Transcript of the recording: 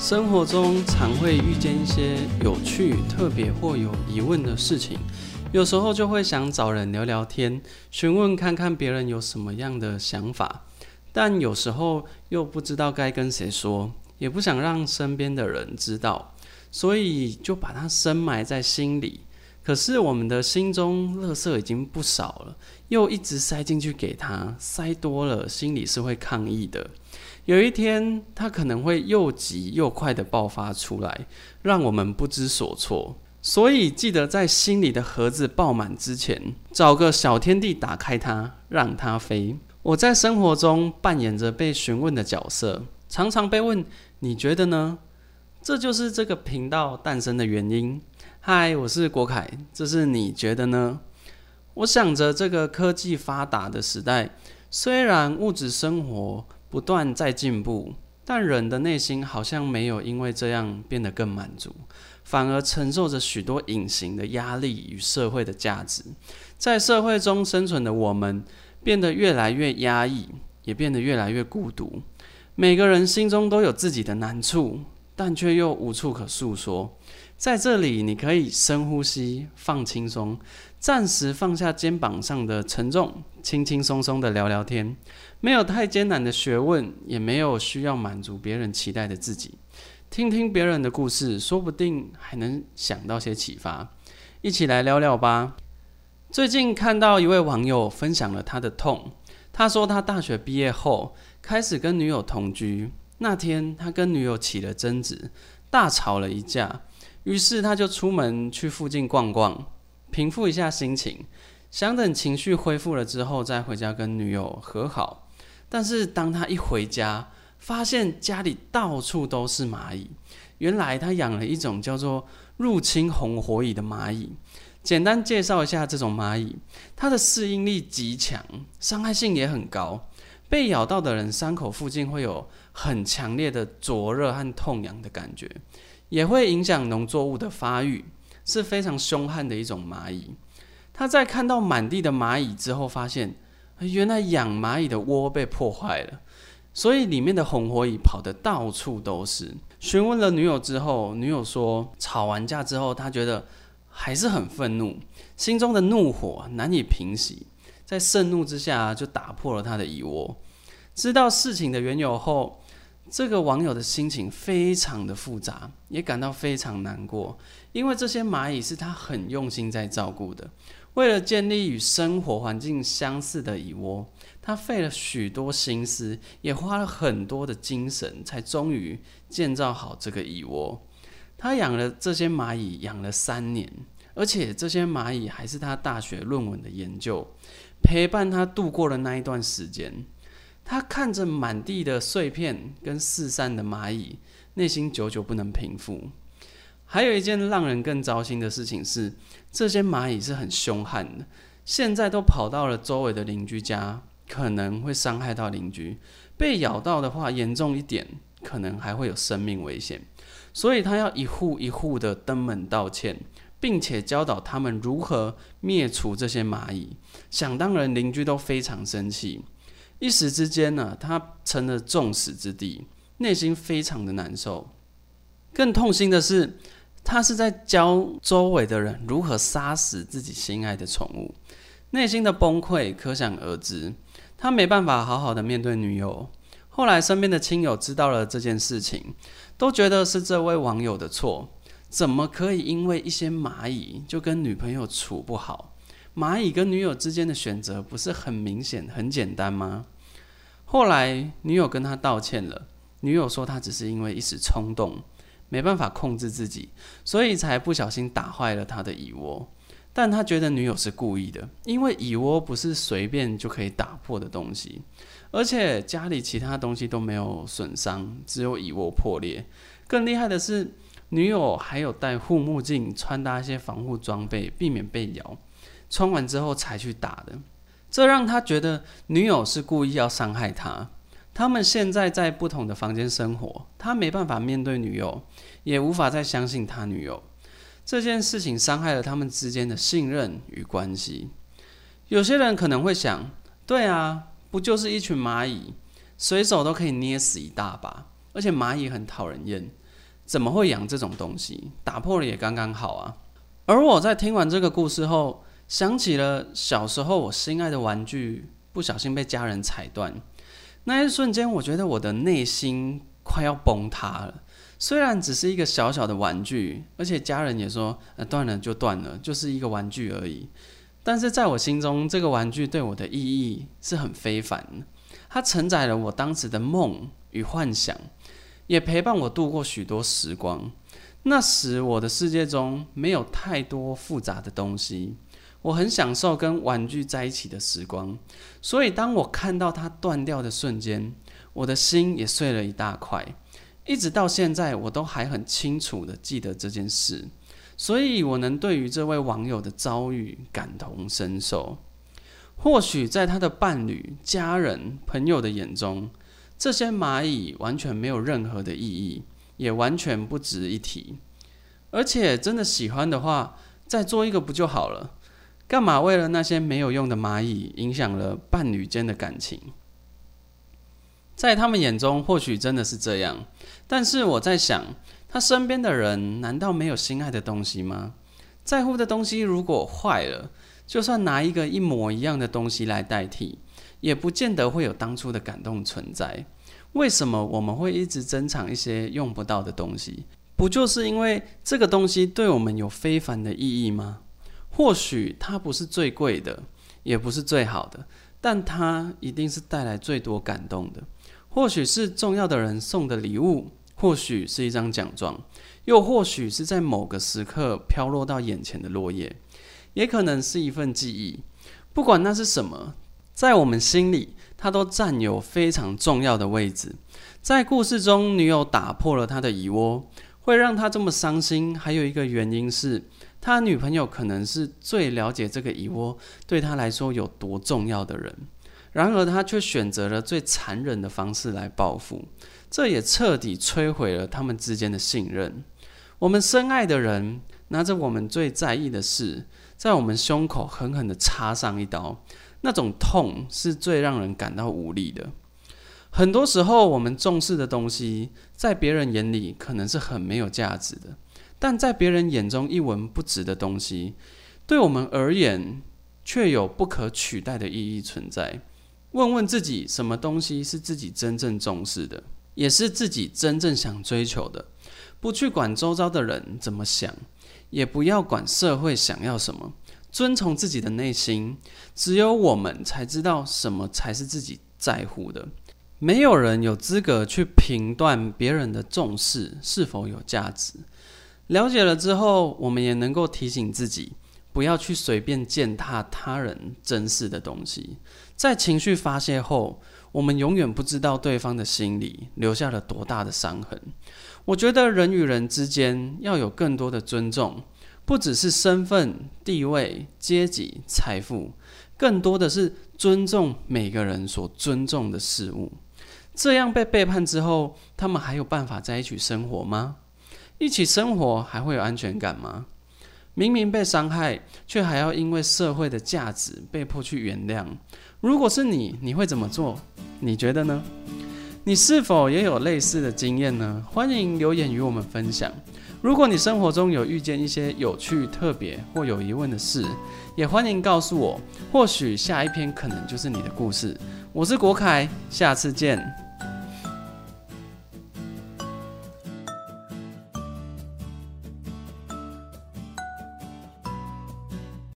生活中常会遇见一些有趣、特别或有疑问的事情，有时候就会想找人聊聊天，询问看看别人有什么样的想法，但有时候又不知道该跟谁说，也不想让身边的人知道，所以就把它深埋在心里。可是我们的心中垃圾已经不少了，又一直塞进去给他，塞多了心里是会抗议的。有一天他可能会又急又快的爆发出来，让我们不知所措。所以记得在心里的盒子爆满之前，找个小天地打开它，让它飞。我在生活中扮演着被询问的角色，常常被问你觉得呢？这就是这个频道诞生的原因。嗨，我是国凯，这是你觉得呢？我想着这个科技发达的时代，虽然物质生活不断在进步，但人的内心好像没有因为这样变得更满足，反而承受着许多隐形的压力与社会的价值。在社会中生存的我们，变得越来越压抑，也变得越来越孤独。每个人心中都有自己的难处，但却又无处可诉说。在这里，你可以深呼吸，放轻松，暂时放下肩膀上的沉重，轻轻松松的聊聊天。没有太艰难的学问，也没有需要满足别人期待的自己。听听别人的故事，说不定还能想到些启发。一起来聊聊吧。最近看到一位网友分享了他的痛，他说他大学毕业后开始跟女友同居，那天他跟女友起了争执，大吵了一架，于是他就出门去附近逛逛，平复一下心情，想等情绪恢复了之后再回家跟女友和好。但是当他一回家，发现家里到处都是蚂蚁。原来他养了一种叫做入侵红火蚁的蚂蚁。简单介绍一下这种蚂蚁，它的适应力极强，伤害性也很高。被咬到的人伤口附近会有很强烈的灼热和痛痒的感觉，也会影响农作物的发育，是非常凶悍的一种蚂蚁。他在看到满地的蚂蚁之后，发现原来养蚂蚁的窝被破坏了，所以里面的红火蚁跑得到处都是。询问了女友之后，女友说吵完架之后，她觉得还是很愤怒，心中的怒火难以平息，在盛怒之下就打破了她的蚁窝。知道事情的缘由后，这个网友的心情非常的复杂，也感到非常难过，因为这些蚂蚁是他很用心在照顾的。为了建立与生活环境相似的蚁窝，他费了许多心思，也花了很多的精神，才终于建造好这个蚁窝。他养了这些蚂蚁，养了3年，而且这些蚂蚁还是他大学论文的研究，陪伴他度过了那一段时间。他看着满地的碎片跟四散的蚂蚁，内心久久不能平复。还有一件让人更糟心的事情是，这些蚂蚁是很凶悍的，现在都跑到了周围的邻居家，可能会伤害到邻居。被咬到的话，严重一点，可能还会有生命危险。所以他要一户一户的登门道歉，并且教导他们如何灭除这些蚂蚁。想当然，邻居都非常生气。一时之间呢，他成了众矢之的，内心非常的难受。更痛心的是，他是在教周围的人如何杀死自己心爱的宠物，内心的崩溃可想而知。他没办法好好的面对女友。后来身边的亲友知道了这件事情，都觉得是这位网友的错，怎么可以因为一些蚂蚁就跟女朋友处不好？蚂蚁跟女友之间的选择不是很明显很简单吗？后来女友跟他道歉了，女友说他只是因为一时冲动，没办法控制自己，所以才不小心打坏了他的蚁窝。但他觉得女友是故意的，因为蚁窝不是随便就可以打破的东西，而且家里其他东西都没有损伤，只有蚁窝破裂。更厉害的是，女友还有戴护目镜，穿搭一些防护装备，避免被咬。穿完之后才去打的，这让他觉得女友是故意要伤害他。他们现在在不同的房间生活，他没办法面对女友，也无法再相信他女友。这件事情伤害了他们之间的信任与关系。有些人可能会想，对啊，不就是一群蚂蚁，随手都可以捏死一大把，而且蚂蚁很讨人厌。 怎么会养这种东西？打破了也刚刚好啊。而我在听完这个故事后，想起了小时候我心爱的玩具不小心被家人踩断，那一瞬间，我觉得我的内心快要崩塌了。虽然只是一个小小的玩具，而且家人也说，断了就断了，就是一个玩具而已。但是在我心中，这个玩具对我的意义是很非凡的。它承载了我当时的梦与幻想，也陪伴我度过许多时光。那时我的世界中没有太多复杂的东西，我很享受跟玩具在一起的时光。所以当我看到它断掉的瞬间，我的心也碎了一大块。一直到现在，我都还很清楚的记得这件事，所以我能对于这位网友的遭遇感同身受。或许在他的伴侣、家人、朋友的眼中，这些蚂蚁完全没有任何的意义，也完全不值一提。而且真的喜欢的话，再做一个不就好了？干嘛为了那些没有用的蚂蚁，影响了伴侣间的感情？在他们眼中或许真的是这样，但是我在想，他身边的人难道没有心爱的东西吗？在乎的东西如果坏了，就算拿一个一模一样的东西来代替，也不见得会有当初的感动存在。为什么我们会一直珍藏一些用不到的东西？不就是因为这个东西对我们有非凡的意义吗？或许它不是最贵的，也不是最好的，但它一定是带来最多感动的。或许是重要的人送的礼物，或许是一张奖状，又或许是在某个时刻飘落到眼前的落叶，也可能是一份记忆。不管那是什么，在我们心里，它都占有非常重要的位置。在故事中，女友打破了他的蚁窝，会让他这么伤心，还有一个原因是，他女朋友可能是最了解这个蚁窝对他来说有多重要的人。然而他却选择了最残忍的方式来报复，这也彻底摧毁了他们之间的信任。我们深爱的人拿着我们最在意的事，在我们胸口狠狠地插上一刀，那种痛是最让人感到无力的。很多时候我们重视的东西，在别人眼里可能是很没有价值的，但在别人眼中一文不值的东西，对我们而言却有不可取代的意义存在。问问自己，什么东西是自己真正重视的，也是自己真正想追求的。不去管周遭的人怎么想，也不要管社会想要什么，遵从自己的内心。只有我们才知道什么才是自己在乎的。没有人有资格去评断别人的重视是否有价值。了解了之后，我们也能够提醒自己，不要去随便践踏他人珍视的东西。在情绪发泄后，我们永远不知道对方的心里留下了多大的伤痕。我觉得人与人之间要有更多的尊重，不只是身份、地位、阶级、财富，更多的是尊重每个人所尊重的事物。这样被背叛之后，他们还有办法在一起生活吗？一起生活还会有安全感吗？明明被伤害，却还要因为社会的价值被迫去原谅。如果是你，你会怎么做？你觉得呢？你是否也有类似的经验呢？欢迎留言与我们分享。如果你生活中有遇见一些有趣、特别或有疑问的事，也欢迎告诉我，或许下一篇可能就是你的故事。我是国凯，下次见。